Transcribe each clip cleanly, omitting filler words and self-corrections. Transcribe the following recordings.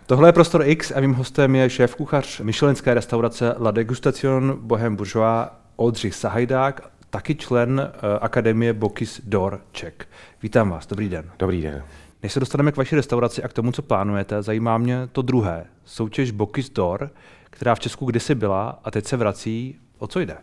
Tohle je Prostor X a mým hostem je šéfkuchař michelinské restaurace La Dégustation Bohème Bourgeois Oldřich Sahajdák, taky člen Akademie Bocuse d'Or Czech. Vítám vás, dobrý den. Dobrý den. Než se dostaneme k vaší restauraci a k tomu, co plánujete, zajímá mě to druhé. Soutěž Bocuse d'Or, která v Česku kdysi byla a teď se vrací. O co jde?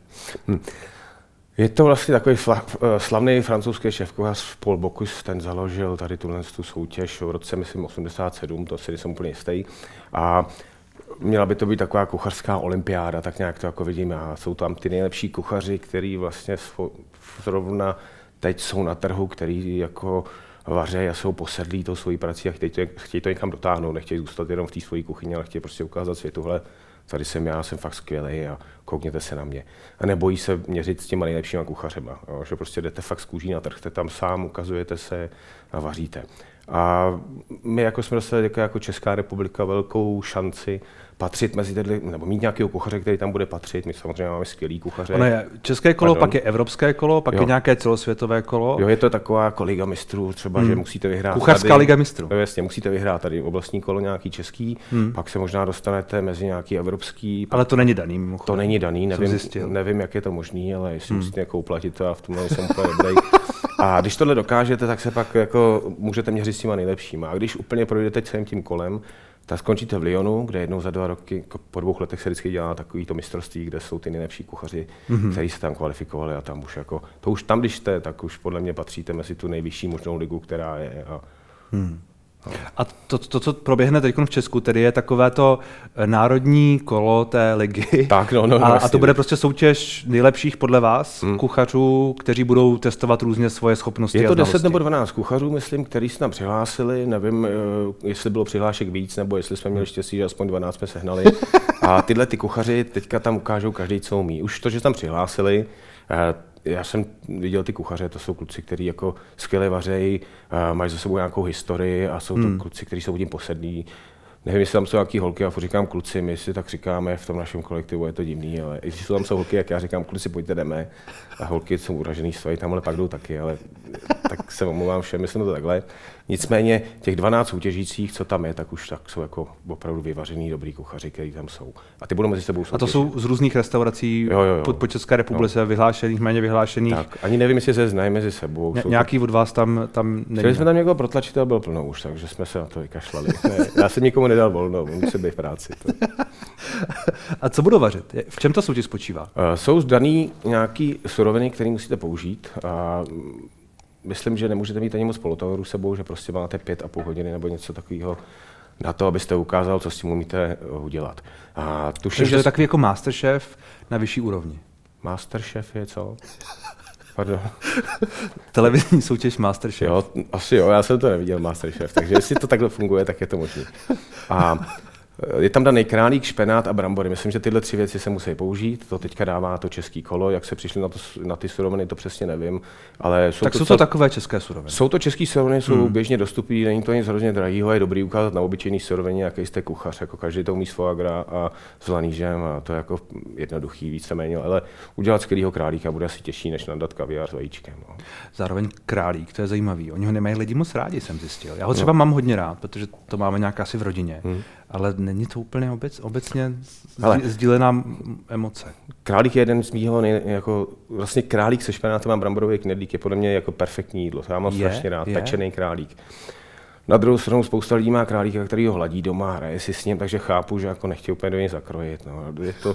Je to vlastně takový slavný francouzský šéfkuchař Paul Bocuse, ten založil tady tu soutěž v roce, myslím, 87, to si jsem úplně jistý. A měla by to být taková kuchařská olympiáda, tak nějak to jako vidím. A jsou tam ty nejlepší kuchaři, který vlastně zrovna teď jsou na trhu, který jako vařejí a jsou posedlí tou svojí prací a chtějí to někam dotáhnout, nechtějí zůstat jenom v té svojí kuchyni, ale chtějí prostě ukázat světu, hele, tady jsem já, jsem fakt skvělý a koukněte se na mě. A nebojí se měřit s těma nejlepšíma kuchařema, jo, že prostě jdete fakt z kůží na trh, jste tam sám, ukazujete se a vaříte. A my jako jsme dostali jako Česká republika velkou šanci patřit mezi tedy, nebo mít nějakého kuchaře, který tam bude patřit. My samozřejmě máme skvělý kuchaře. Ono je české kolo, pak je evropské kolo, pak je nějaké celosvětové kolo. Jo, je to taková jako liga mistrů, třeba, že musíte vyhrát. Kuchařská liga mistrů. No, jasně, musíte vyhrát tady oblastní kolo nějaký český, pak se možná dostanete mezi nějaký evropský. Ale to není daný, mimochodem. To není daný, nevím, jak je to možný, ale jestli musíte jako uplatit to a v tomhle jsem úplně dobrý. A když tohle dokážete, tak se pak jako můžete měřit s těma nejlepšíma. A když úplně projdete celým tím kolem, tak skončíte v Lyonu, kde jednou za 2 roky, po 2 letech se vždycky dělá takovýto mistrovství, kde jsou ty nejlepší kuchaři, kteří se tam kvalifikovali a tam už jako, to už tam, když jste, tak už podle mě patříte mezi tu nejvyšší možnou ligu, která je. A to, co proběhne teď v Česku, tedy je takové to národní kolo té ligy. Tak, a to bude prostě soutěž nejlepších podle vás kuchařů, kteří budou testovat různě svoje schopnosti. Je to 10 nebo 12 kuchařů, myslím, kteří se tam přihlásili. Nevím, jestli bylo přihlášek víc, nebo jestli jsme měli štěstí, že aspoň 12 jsme sehnali. A tyhle ty kuchaři teďka tam ukážou každý, co umí. Už to, že se tam přihlásili, já jsem viděl ty kuchaře, to jsou kluci, kteří jako skvěle vařejí, mají za sebou nějakou historii a jsou to kluci, kteří jsou tím posedlí. Nevím, jestli tam jsou nějaký holky, já říkám kluci, my si tak říkáme v tom našem kolektivu, je to divný, ale jestli tam jsou holky, jak já říkám, kluci, pojďte, jdeme. A holky jsou uražený, stojí tam, ale pak jdou taky, ale tak se omlouvám všem, myslím to takhle. Nicméně těch 12 soutěžících, co tam je, tak už tak jsou jako opravdu vyvařený dobrý kuchaři, kteří tam jsou. A ty budou mezi sebou soutěžit. A to jsou z různých restaurací po České republice, vyhlášených, méně vyhlášených. Tak, ani nevím, jestli se znají mezi sebou. Nějaký od vás tam není. Chtěli jsme tam někoho protlačit, ale byl plno už, takže jsme se na to vykašlali. Já jsem nikomu nedal volno, musím být v práci. A co budou vařit? V čem ta soutěž spočívá? Jsou zdaný nějaký suroviny, které musíte použít. A myslím, že nemůžete mít ani moc polotovaru s sebou, že prostě máte 5,5 hodiny nebo něco takového na to, abyste ukázal, co s tím umíte udělat. A tuším, že to je takový jako Masterchef na vyšší úrovni. Masterchef je co? Pardon. Televizní soutěž Masterchef. Jo, asi jo, já jsem to neviděl Masterchef, takže jestli to takhle funguje, tak je to možné. A je tam daný králík, špenát a brambory. Myslím, že tyhle 3 věci se musí použít. To teďka dává to český kolo. Jak se přišli na ty suroviny, to přesně nevím. Ale jsou to takové české suroviny? Jsou to české suroviny, jsou běžně dostupné, není to nic hrozně drahého, je dobrý ukázat na obyčejný surovině, jaký jste kuchař. Jako každý to umí s foie gras a s lanížem a to je jako jednoduchý víceméně, ale udělat skvělýho králíka bude asi těžší, než nadat kaviár s vajíčkem. No. Zároveň králík, to je zajímavý. Oni ho nemají lidi moc rádi, jsem zjistil. Já ho třeba mám hodně rád, protože to máme nějak asi v rodině. Ale není to úplně obecně sdílená emoce. Králík je jeden z mýho, jako vlastně králík se špenátem a bramborový knedlík je podle mě jako perfektní jídlo. Já mám strašně rád pečený králík. Na druhou stranu spousta lidí má králíka, který ho hladí doma, hraje si s ním, takže chápu, že jako nechtějí úplně do něj zakrojit. No. Je to...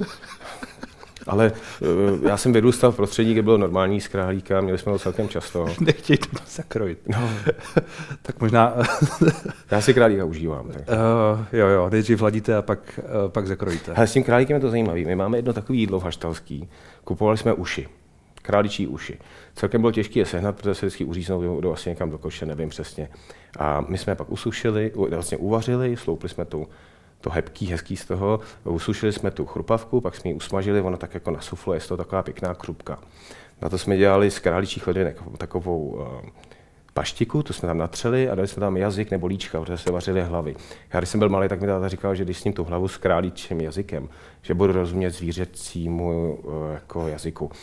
Ale já jsem vyrůstal v prostředí, kde bylo normální z králíka, měli jsme ho celkem často. Nechtějí to zakrojit. No. Tak možná... Já si králíka užívám. Jo, nejdřív hladíte a pak zakrojíte. Ale s tím králíkem je to zajímavé. My máme jedno takové jídlo v Haštalský. Kupovali jsme uši, králičí uši. Celkem bylo těžké je sehnat, protože se vždycky uříznou do asi někam do koše, nevím přesně. A my jsme je pak usušili, vlastně uvařili, sloupli jsme to hezký z toho, usušili jsme tu chrupavku, pak jsme ji usmažili, ono tak jako na suflo, je to taková pěkná krupka. Na to jsme dělali z králičích ledvinek takovou paštiku, to jsme tam natřeli a dali jsme tam jazyk nebo líčka, protože se vařily hlavy. Já když jsem byl malý, tak mi táta říkal, že když s ním tu hlavu s králíčím jazykem, že budu rozumět zvířecímu jako jazyku.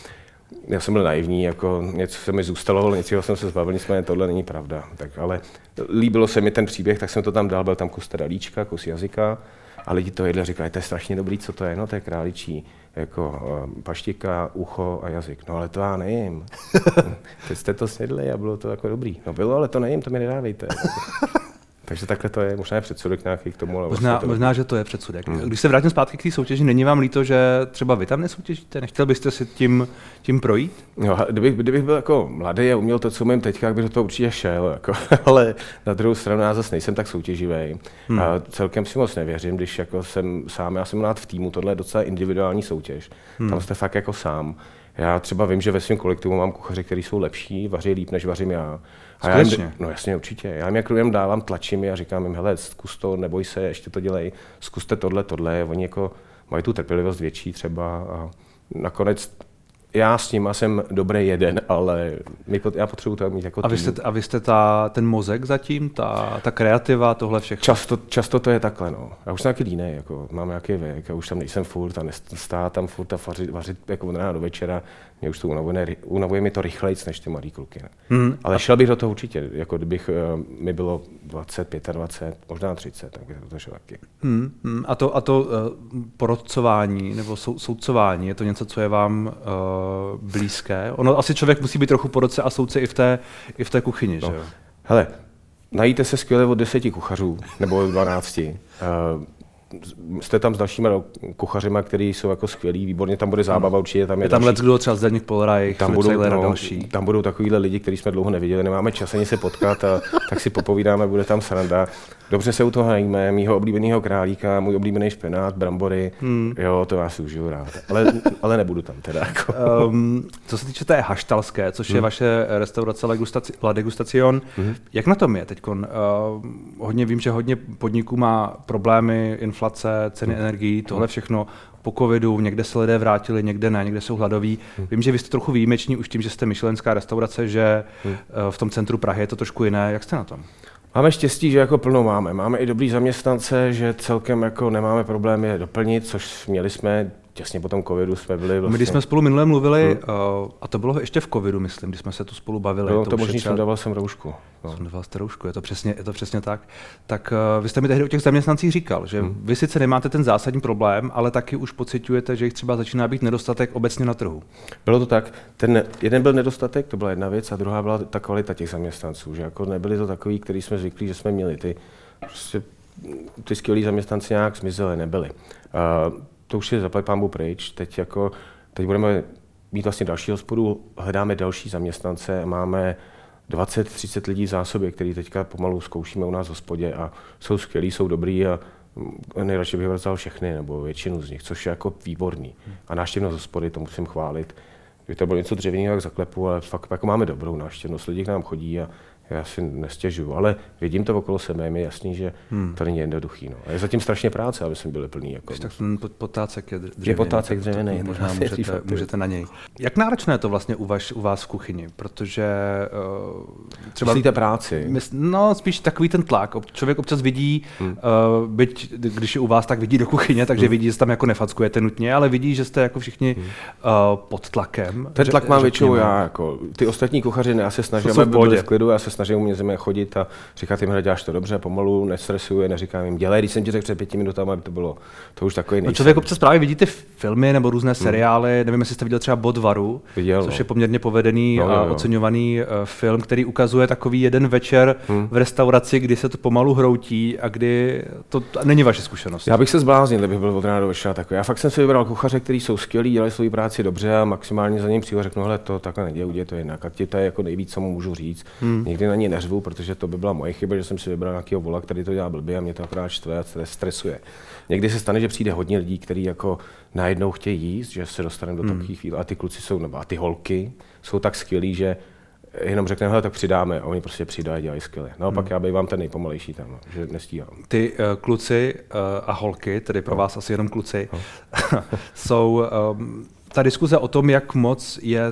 Já jsem byl naivní, jako něco se mi zůstalo, něčeho jsem se zbavil, nicméně tohle není pravda. Tak, ale líbilo se mi ten příběh, tak jsem to tam dal, byl tam kus teda líčka, kus jazyka a lidi to jedli, říkali, to je strašně dobrý, co to je? No to je králičí, jako paštika, ucho a jazyk. No ale to já nejím. Teď jste to snědli a bylo to jako dobrý. No bylo, ale to nejím, to mi nedávejte. Takže takhle to je, možná je předsudek nějaký k tomu. Ale možná, že to je předsudek. Když se vrátím zpátky k té soutěži, není vám líto, že třeba vy tam nesoutěžíte? Nechtěl byste si tím projít? No, kdybych byl jako mladý a uměl to, co umím teďka, jak bych do toho určitě šel. Jako. Ale na druhou stranu já zase nejsem tak soutěživý. A celkem si moc nevěřím, když jako jsem sám, já jsem rád v týmu, tohle je docela individuální soutěž. Tam jste fakt jako sám. Já třeba vím, že ve svém kolektivu mám kuchaře, kteří jsou lepší, vaří líp, než vařím já. A já jim, no jasně, určitě. Já jim jako jen dávám, tlačím a říkám jim, hele, zkus to, neboj se, ještě to dělej, zkuste tohle. Oni jako mají tu trpělivost větší třeba a nakonec já s nima jsem dobrý jeden, ale já potřebuji to mít jako tým. A vy jste ten mozek zatím, ta kreativa, tohle všechno? Často to je takhle, no. Já už jsem nějaký línej, jako mám nějaký věk, já už tam nejsem furt a stát tam furt a vařit jako od rána do večera. Mě už to unavuje mi to rychlejc než ty malý kluky. Ne? Ale šel bych do toho určitě, jako kdybych mi bylo 20, 25, možná 30, tak bych to šel taky. A to porodcování nebo soudcování, je to něco, co je vám blízké? Ono asi člověk musí být trochu porodce a soudce i v té kuchyni, že jo? Hele, najíte se skvěle od 10 kuchařů, nebo 12. Jste tam s dalšíma kuchařima, kteří jsou jako skvělí, výborně, tam bude zábava určitě. Je tam leckdo, třeba Zdeněk Polreich, Filip Sajler a další. Tam budou takovýhle lidi, kteří jsme dlouho neviděli, nemáme čas ani se potkat, tak si popovídáme, bude tam sranda. Dobře se u toho najíme, mýho oblíbeného králíka, můj oblíbený špenát, brambory, jo, to já si užiju rád, ale nebudu tam teda. Jako. Co se týče té haštalské, což je vaše restaurace La Degustación, jak na tom je teďkon? Hodně vím, že hodně podniků má problémy, inflace, ceny energií, tohle všechno po covidu, někde se lidé vrátili, někde ne, někde jsou hladoví. Vím, že vy jste trochu výjimeční už tím, že jste michelenská restaurace, že v tom centru Prahy je to trošku jiné. Jak jste na tom? Máme štěstí, že jako plno máme. Máme i dobrý zaměstnance, že celkem jako nemáme problémy je doplnit, což měli jsme těsně po tom covidu jsme byli vlastně. My když jsme spolu minule mluvili, a to bylo ještě v covidu, myslím, když jsme se tu spolu bavili. No, to možná jsem dával roušku. No. Dával jste roušku, je to přesně tak. Tak vy jste mi tehdy o těch zaměstnancích říkal, že vy sice nemáte ten zásadní problém, ale taky už pociťujete, že jich třeba začíná být nedostatek obecně na trhu. Bylo to tak. Ten jeden byl nedostatek, to byla jedna věc, a druhá byla ta kvalita těch zaměstnanců, že jako nebyli to takový, který jsme zvyklí, že jsme měli. Ty skvělí zaměstnanci nějak zmizeli, nebyli. To už je zaplať pánbůh pryč. Teď budeme mít vlastně další hospodu, hledáme další zaměstnance, máme 20-30 lidí v zásobě, který teďka pomalu zkoušíme u nás v hospodě a jsou skvělí, jsou dobrý a nejradši bych vzal všechny nebo většinu z nich, což je jako výborný. A návštěvnost hospody, to musím chválit. Kdyby to bylo něco dřevěného, jak zaklepu, ale fakt jako máme dobrou návštěvnost, lidi k nám chodí a já si nestěžuju, ale vidím to okolo sebe, je mi jasný, že to není jednoduchý. No. A je zatím strašně práce, aby jsme byli plný. Jako. Tak ten potácek je dřevěný. Je potácek dřevěný. Možná můžete na něj. Jak náročné je to vlastně u vás v kuchyni? Protože třeba... Myslíte práci? No, spíš takový ten tlak. Člověk občas vidí, byť když je u vás, tak vidí do kuchyně, takže vidí, že tam jako nefackujete nutně, ale vidí, že jste jako všichni pod tlakem. Ten tlak mám většinou já. Jako, ty ostatní kuchaři, já se snažím, aby byli v klidu, já se snažím mezi mě chodit a říkat jim, že děláš to dobře, pomalu, nestresuje, neříkám jim, dělej, když jsem ti řekl před 5 minutami, aby to bylo, to už takový nejsem. No člověk občas právě vidíte filmy nebo různé seriály, nevím, jestli jste viděl třeba Bod varu, což je poměrně povedený a oceňovaný film, který ukazuje takový jeden večer v restauraci, kdy se to pomalu hroutí a kdy to není vaše zkušenost. Já bych se zbláznil, kdybych byl od rána do večera takový. Já fakt jsem si vybral kuchaře, kteří jsou skvělí, dělají svou práci dobře a maximálně za ním přijdu a řeknu, hele, to takhle nedělej, udělej to jinak. A to je jako nejvíc, co mu můžu říct. Nikdy na ně neřvu, protože to by byla moje chyba, že jsem si vybral nějakého vola, který to dělá blbě a mě to akorát štve a stresuje. Někdy se stane, že přijde hodně lidí, kteří jako najednou chtějí jíst, že se dostaneme do takových chvíli a ty kluci jsou, nebo a ty holky jsou tak skvělí, že jenom řekneme, hele, tak přidáme a oni prostě přidají a dělají skvěle. Naopak já bývám ten nejpomalejší tam, že nestíhám. Ty kluci a holky, tedy pro vás asi jenom kluci, jsou ta diskuze o tom, jak moc je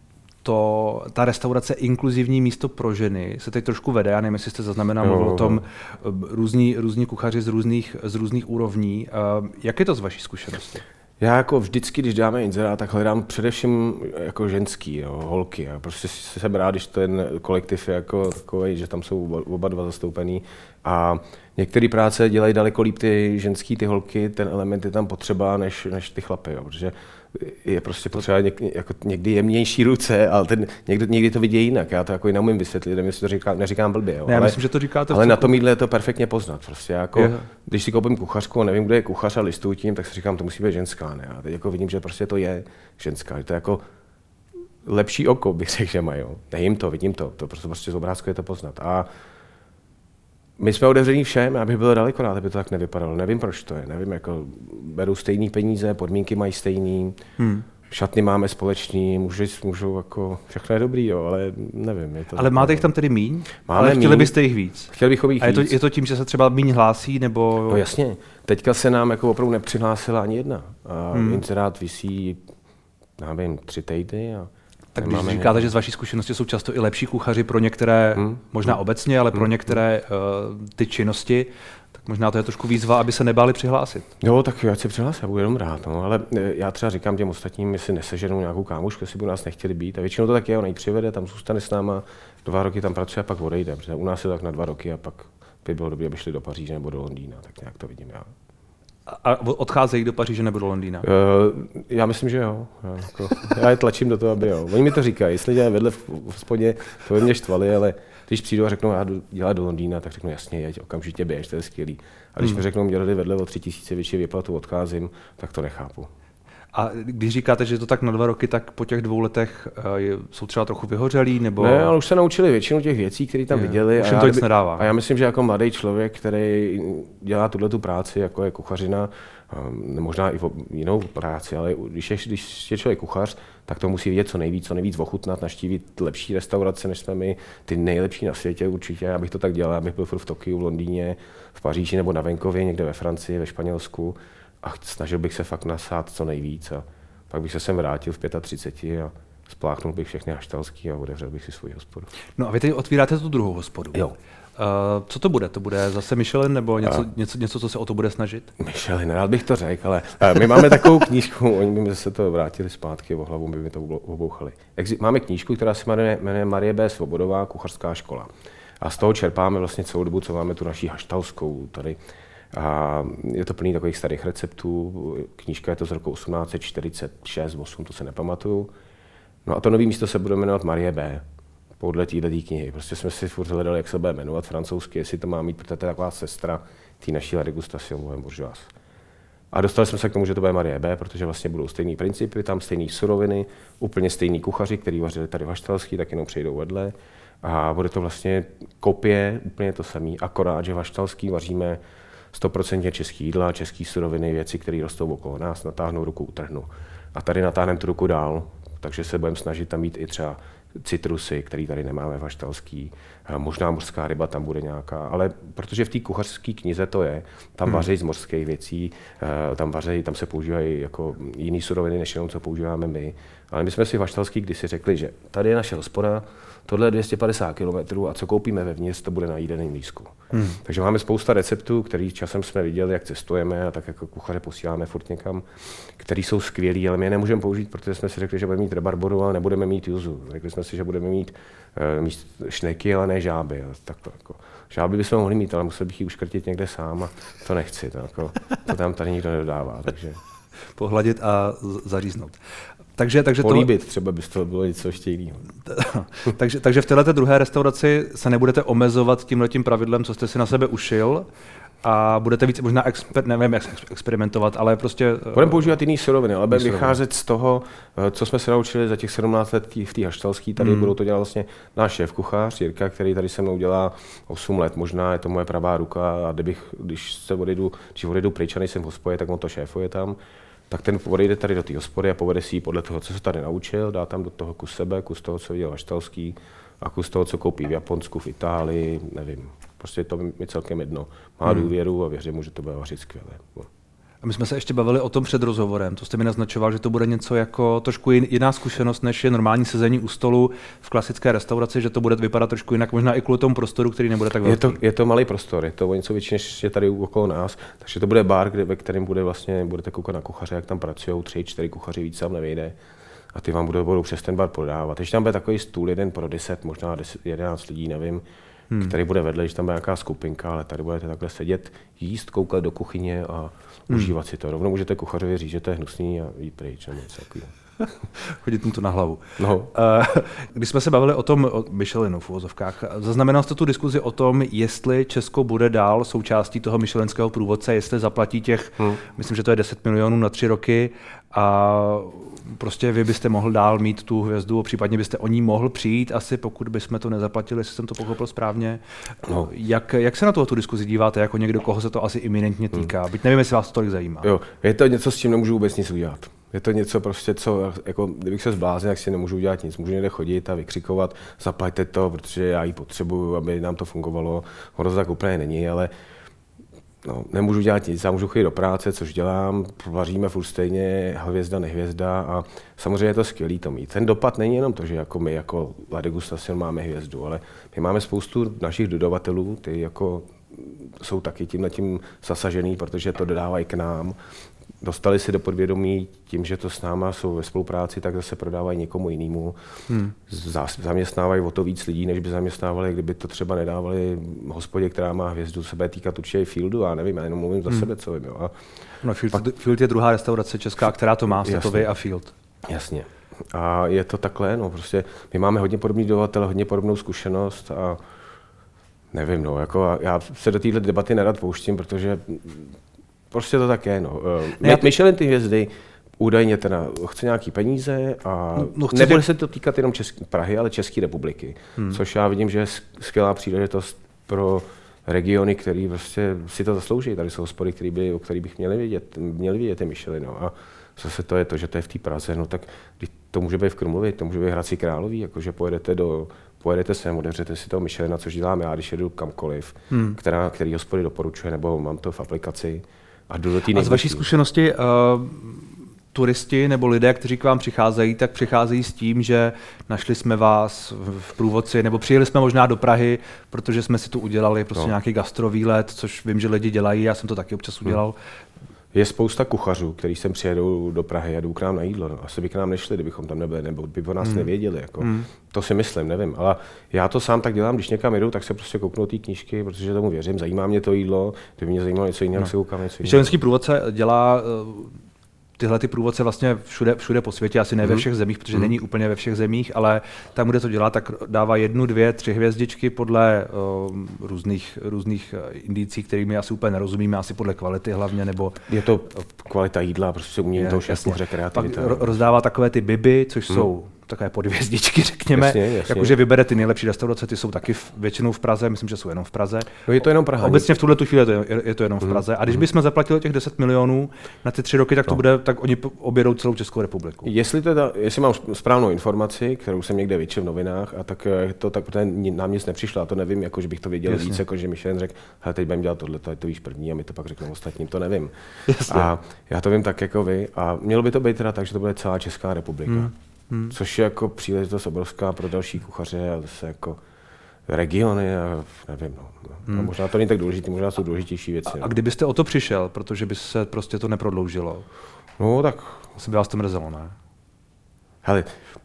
ta restaurace inkluzivní místo pro ženy se teď trošku vede. Já nevím, jestli jste zaznamenal, mluvil o tom různí kuchaři z různých úrovní. Jak je to z vaší zkušenosti? Já jako vždycky, když dáme inzerát, tak hledám především jako ženský, jo, holky. A prostě jsem rád, když ten kolektiv je jako takový, že tam jsou oba dva zastoupený. A některé práce dělají daleko líp ty ženský, ty holky, ten element je tam potřeba než ty chlapy, jo, protože je prostě potřeba jako někdy jemnější ruce, ale někdy to vidí jinak. Já to jako neumím vysvětlit, nevím, jestli to neříkám blbě. Jo, já myslím, že to říkáte. Ale na tom jídle je to perfektně poznat. Prostě jako, když si koupím kuchařku a nevím, kdo je kuchař a listuju tím, tak si říkám, to musí být ženská. Ne? A teď jako vidím, že prostě to je ženská. Že to je jako lepší oko, bych řekl, že mají. Nejím to, vidím to. To prostě z obrázku je to poznat. A my jsme otevření všem, já bych byl daleko rád, aby to tak nevypadalo. Nevím, proč to je. Nevím, jako berou stejný peníze, podmínky mají stejný, šatny máme společný, můžou jako, všechno je dobrý, jo, ale nevím. Je to ale máte jich tam tedy míň? Máme ale chtěli byste jich víc? Chtěli bychom jich víc. Je to tím, že se třeba míň hlásí, nebo? No jasně. Teďka se nám jako opravdu nepřihlásila ani jedna. A inzerát visí, nevím, 3 týdny a tak když říkáte, že z vaší zkušenosti jsou často i lepší kuchaři pro některé, možná obecně, ale pro některé ty činnosti, tak možná to je trošku výzva, aby se nebáli přihlásit. Jo, tak já se přihlásím, já budu jenom rád, no, ale já třeba říkám těm ostatním, jestli neseženou nějakou kámošku, jestli by nás nechtěli být. A většinou to tak je, on ji přivede, tam zůstane s náma, 2 roky tam pracuje a pak odejde. Protože u nás je tak na 2 roky a pak by bylo dobré, aby šli do Paříže nebo do Londýna, tak nějak to vidím já. A odcházejí do Paříže nebo do Londýna? Já myslím, že jo. Já je tlačím do toho, aby jo. Oni mi to říkají, jestli dělají vedle v hospodě, to by mě štvali, ale když přijdu a řeknou, já jdu dělat do Londýna, tak řeknu, jasně, jeď, okamžitě běž, to je skvělý. A když mi řeknou, dělali vedle o 3 000 větší výplatu, odcházím, tak to nechápu. A když říkáte, že je to tak na 2 roky, tak po těch 2 letech jsou třeba trochu vyhořelí, nebo? Ne, ale už se naučili většinu těch věcí, které tam viděli. Už jim to nic nedává. A já myslím, že jako mladý člověk, který dělá tu práci, jako je kuchařina, možná i jinou práci, ale když je člověk kuchař, tak to musí vidět co nejvíc ochutnat, navštívit lepší restaurace, než jsme my, ty nejlepší na světě určitě. Já bych to tak dělal, abych byl v Tokiu, v Londýně, v Paříži nebo na venkově, někde ve Francii, ve Španělsku. A snažil bych se fakt nasát co nejvíc a pak bych se sem vrátil v 35 a spláchnul bych všechny haštalský a otevřel bych si svou hospodu. No a vy teď otvíráte tu druhou hospodu. Jo. Co to bude? To bude zase Michelin nebo něco, co se o to bude snažit? Michelin, rád bych to řekl, ale my máme takovou knížku, oni by mi zase to vrátili zpátky, o hlavu by mi to obouchali. Máme knížku, která se jmenuje Marie B. Svobodová, kuchařská škola. A z toho čerpáme vlastně celou dobu, co máme tu naší haštalskou tady. A je to plný takových starých receptů, knížka je to z roku 1846-8, to se nepamatuju. No a to nový místo se bude jmenovat Marie B. Podle této knihy. Prostě jsme si furt hledali, jak se bude jmenovat francouzsky, jestli to má mít, protože to je taková sestra té naší La Dégustation Bohème Bourgeoise. A dostali jsme se k tomu, že to bude Marie B, protože vlastně budou stejný principy, tam stejné suroviny, úplně stejný kuchaři, který vařili tady v Haštalský, tak jenom přejdou vedle. A bude to vlastně kopie, úplně to samé, akorát, že v Haštalský vaříme 100% český jídla, český suroviny, věci, které rostou okolo nás, natáhnou ruku, utrhnu. A tady natáhneme tu ruku dál, takže se budeme snažit tam mít i třeba citrusy, které tady nemáme v Haštalský, možná mořská ryba tam bude nějaká, ale protože v té kuchařské knize to je, tam vaří z mořských věcí, tam se používají jako jiný suroviny, než jenom co používáme my. Ale my jsme si v Haštalský kdysi řekli, že tady je naše hospoda, tohle je 250 km a co koupíme vevnitř, to bude na jídelném lístku. Takže máme spousta receptů, který časem jsme viděli, jak cestujeme a tak jako kuchaře posíláme furt někam, který jsou skvělí, ale my je nemůžeme použít, protože jsme si řekli, že budeme mít rebarboru, ale nebudeme mít juzu. Řekli jsme si, že budeme mít šneky, ale ne žáby. Takhle, jako. Žáby bychom mohli mít, ale musel bych ji uškrtit někde sám a to nechci. To tam tady nikdo nedodává. Takže. Pohladit a zaříznout. Takže políbit, třeba by to bylo něco ještě jiného. takže v této druhé restauraci se nebudete omezovat tímhletím pravidlem, co jste si na sebe ušil, a budete víc možná nevím, jak experimentovat, ale prostě. Budeme používat jiný suroviny, ale budeme vycházet z toho, co jsme se naučili za těch 17 let v té Haštalské. Tady budou to dělat vlastně náš šéfkuchař Jirka, který tady se mnou dělá 8 let, možná je to moje pravá ruka, a když odejdu pryč a nejsem v hospodě, tak on to šéfuje tam. Tak ten odejde tady do té hospody a povede si ji podle toho, co se tady naučil, dá tam do toho kus sebe, kus toho, co viděl Haštalský a kus toho, co koupí v Japonsku, v Itálii, nevím. Prostě to mi celkem jedno. Má důvěru a věřím mu, že to bude vařit skvěle. A my jsme se ještě bavili o tom před rozhovorem. To jste mi naznačoval, že to bude něco jako trošku jiná zkušenost, než je normální sezení u stolu v klasické restauraci, že to bude vypadat trošku jinak, možná i kvůli tomu prostoru, který nebude tak velký. Je to malý prostor, je to o něco větší, než je tady okolo nás, takže to bude bar, ve kterém budete koukat na kuchaře, jak tam pracují, 3-4 kuchaři, víc tam nevejde. A ty vám budou přes ten bar prodávat. Když tam bude takový stůl, jeden pro 10, možná 11 lidí, nevím, který bude vedle, že tam bude nějaká skupinka, ale tady budete takhle sedět, jíst, koukat do kuchyně a užívat si to. Rovnou můžete kuchařovi říct, že to je hnusný a jít pryč. Chodit mu to na hlavu. No. Když jsme se bavili o tom Michelinu v uvozovkách, zaznamenal jste tu diskuzi o tom, jestli Česko bude dál součástí toho michelinského průvodce, jestli zaplatí těch, myslím, že to je 10 milionů na 3 roky a prostě vy byste mohl dál mít tu hvězdu, případně byste o ní mohl přijít asi, pokud bychom to nezaplatili, jestli jsem to pochopil správně. No. Jak se na tu diskuzi díváte, jako někdo, koho se to asi iminentně týká? Byť nevím, jestli vás to tolik zajímá. Jo, je to něco, s čím nemůžu vůbec nic udělat. Je to něco prostě, co, jako, kdybych se zbláznil, tak si nemůžu udělat nic. Můžu někde chodit a vykřikovat, zaplaťte to, protože já ji potřebuju, aby nám to fungovalo. Ono to tak úplně není, ale no, nemůžu dělat nic. Já můžu chodit do práce, což dělám, vaříme furt stejně, hvězda, nehvězda a samozřejmě je to skvělý to mít. Ten dopad není jenom to, že jako my jako La Degustation máme hvězdu, ale my máme spoustu našich dodavatelů, ty jako jsou taky tímhletím zasažený, protože to dodávají k nám. Dostali si do podvědomí tím, že to s náma jsou ve spolupráci, tak zase prodávají někomu jinému. Zaměstnávají o to víc lidí, než by zaměstnávali, kdyby to třeba nedávali hospodě, která má hvězdu, se bude týkat určitě Fieldu, já nevím, já jenom mluvím za sebe, co vím. Jo. A no, Field je druhá restaurace česká, která to má, Světový a Field. Jasně. A je to takhle, no prostě my máme hodně podobný dodavatel, hodně podobnou zkušenost a nevím, no, jako já se do této debaty nerad pouštím, protože prostě to tak je, no. Michelin ty hvězdy údajně teda chce nějaký peníze a nebude se to týkat jenom Prahy, ale České republiky, což já vidím, že je skvělá příležitost pro regiony, které prostě si to zaslouží. Tady jsou hospody, o kterých bych měli vidět ty Michelin, no. A zase to je to, že to je v té Praze, no tak to může být v Krumlově, to může být v Hradci Králové, jakože pojedete sem, otevřete si toho Michelina, což dělám já, když jedu kamkoliv, který hospody doporučuje, nebo mám to v aplikaci. A z vaší zkušenosti turisti nebo lidé, kteří k vám přicházejí, tak přicházejí s tím, že našli jsme vás v průvodci, nebo přijeli jsme možná do Prahy, protože jsme si tu udělali prostě nějaký gastrovýlet, což vím, že lidi dělají, já jsem to taky občas udělal. Je spousta kuchařů, kteří sem přijedou do Prahy a jdou k nám na jídlo. No. Asi by k nám nešli, kdybychom tam nebyli, nebo by o nás nevěděli. Jako. To si myslím, nevím. Ale já to sám tak dělám, když někam jdu, tak se prostě kouknu té knížky, protože tomu věřím, zajímá mě to jídlo, kdyby mě zajímalo něco jiného, se koukám něco jiného. Michelinský průvodce dělá tyhle ty průvodce vlastně všude po světě, asi ne ve všech zemích, protože není úplně ve všech zemích, ale tam, kde to dělá, tak dává 1, 2, 3 hvězdičky podle různých indicí, kterými asi úplně nerozumíme, asi podle kvality hlavně, nebo... Je to kvalita jídla, prostě umění toho šéfkuchaře, kreativita. Pak rozdává takové ty biby, což jsou takové podhvězdičky, řekněme. Jasně. Jakože vybere ty nejlepší restaurace, ty jsou taky většinou v Praze, myslím, že jsou jenom v Praze. No je to jenom Praha. Obecně v tuhle chvíli je to jenom v Praze. A když bychom zaplatili těch 10 milionů na ty 3 roky, tak to bude, tak oni objedou celou Českou republiku. Jestli mám správnou informaci, kterou jsem někde vyčetl v novinách, a tak to tak nám nic nepřišlo, a to nevím, jako že bych to věděl víc, jako že Michelin řekl, hele, teď budeme dělat tohle, to víš první, a my to pak řekneme ostatním, to nevím. Jasně. A já to vím tak jako vy, a mělo by to být teda tak, že to bude celá Česká republika. Což je jako příležitost obrovská pro další kuchaře a zase jako regiony a nevím, no. Možná to není tak důležité, možná jsou důležitější věci. A kdybyste o to přišel, protože by se prostě to neprodloužilo? No tak... Asi by vás to mrzelo, ne? Hele,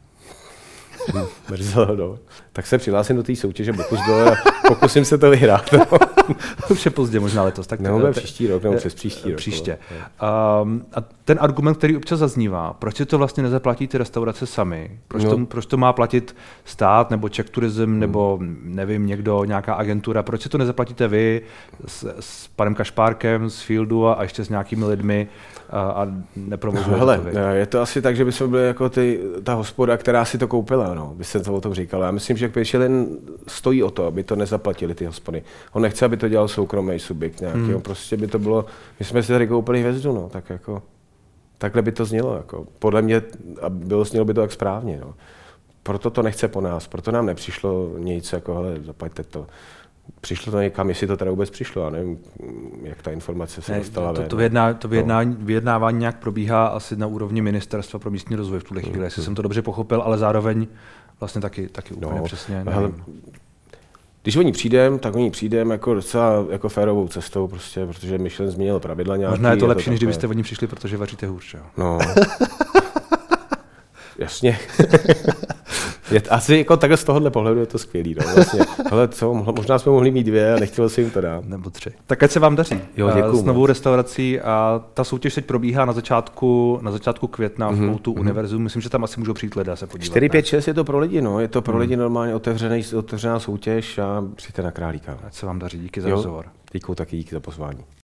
mrzelo, no. Tak se přihlásím do té soutěže Bocuse d'Or a pokusím se to vyhrát. No. Už je pozdě, možná letos. Tak nebo příští rok, nebo přes příští rok. Příště. A ten argument, který občas zaznívá, proč si to vlastně nezaplatí ty restaurace sami? Proč to má platit stát, nebo Czech Tourism, nebo nevím, nějaká agentura? Proč si to nezaplatíte vy s panem Kašpárkem z Fieldu a ještě s nějakými lidmi a neprovozujete to vy? Je to asi tak, že by jsme byli jako ta hospoda, která si to koupila, no, by se to o tom říkalo. Já myslím, že Michelin stojí o to, aby to nezaplatili ty hospody. On nechce, aby to dělal soukromý subjekt nějaký, prostě by to bylo, my jsme si tady koupili hvězdu, no, tak jako, takhle by to znělo, jako, podle mě, a znělo by to tak správně, no. Proto to nechce po nás, proto nám nepřišlo nic, jako, hele, zaplaťte to. přišlo to někam, jestli to teda vůbec přišlo, já nevím, jak ta informace se dostala. Vyjednávání nějak probíhá asi na úrovni Ministerstva pro místní rozvoj v tuhle chvíli, jestli jsem to dobře pochopil, ale zároveň vlastně taky úplně přesně. Když o ní přijdem, tak o ní přijdem jako docela jako férovou cestou, prostě, protože Michelin změnil pravidla nějaký. Možná je to lepší, než kdybyste o ní přišli, protože vaříte hůř, jo? No. Jasně. Asi jako takhle z tohohle pohledu je to skvělý. No. Vlastně, hele, možná jsme mohli mít 2 a nechtělo se jim to dát. Nebo 3. Tak ať se vám daří. Jo, děkuju, s novou restaurací a ta soutěž teď probíhá na začátku května v Koutu Univerzum. Myslím, že tam asi můžou přijít lidé se podívat. 4, 5, 6 je to pro lidi, no. Je to pro lidi normálně otevřená soutěž a přijďte na Králíka. Ať se vám daří. Díky za rozhovor. Děkuju taky, díky za pozvání.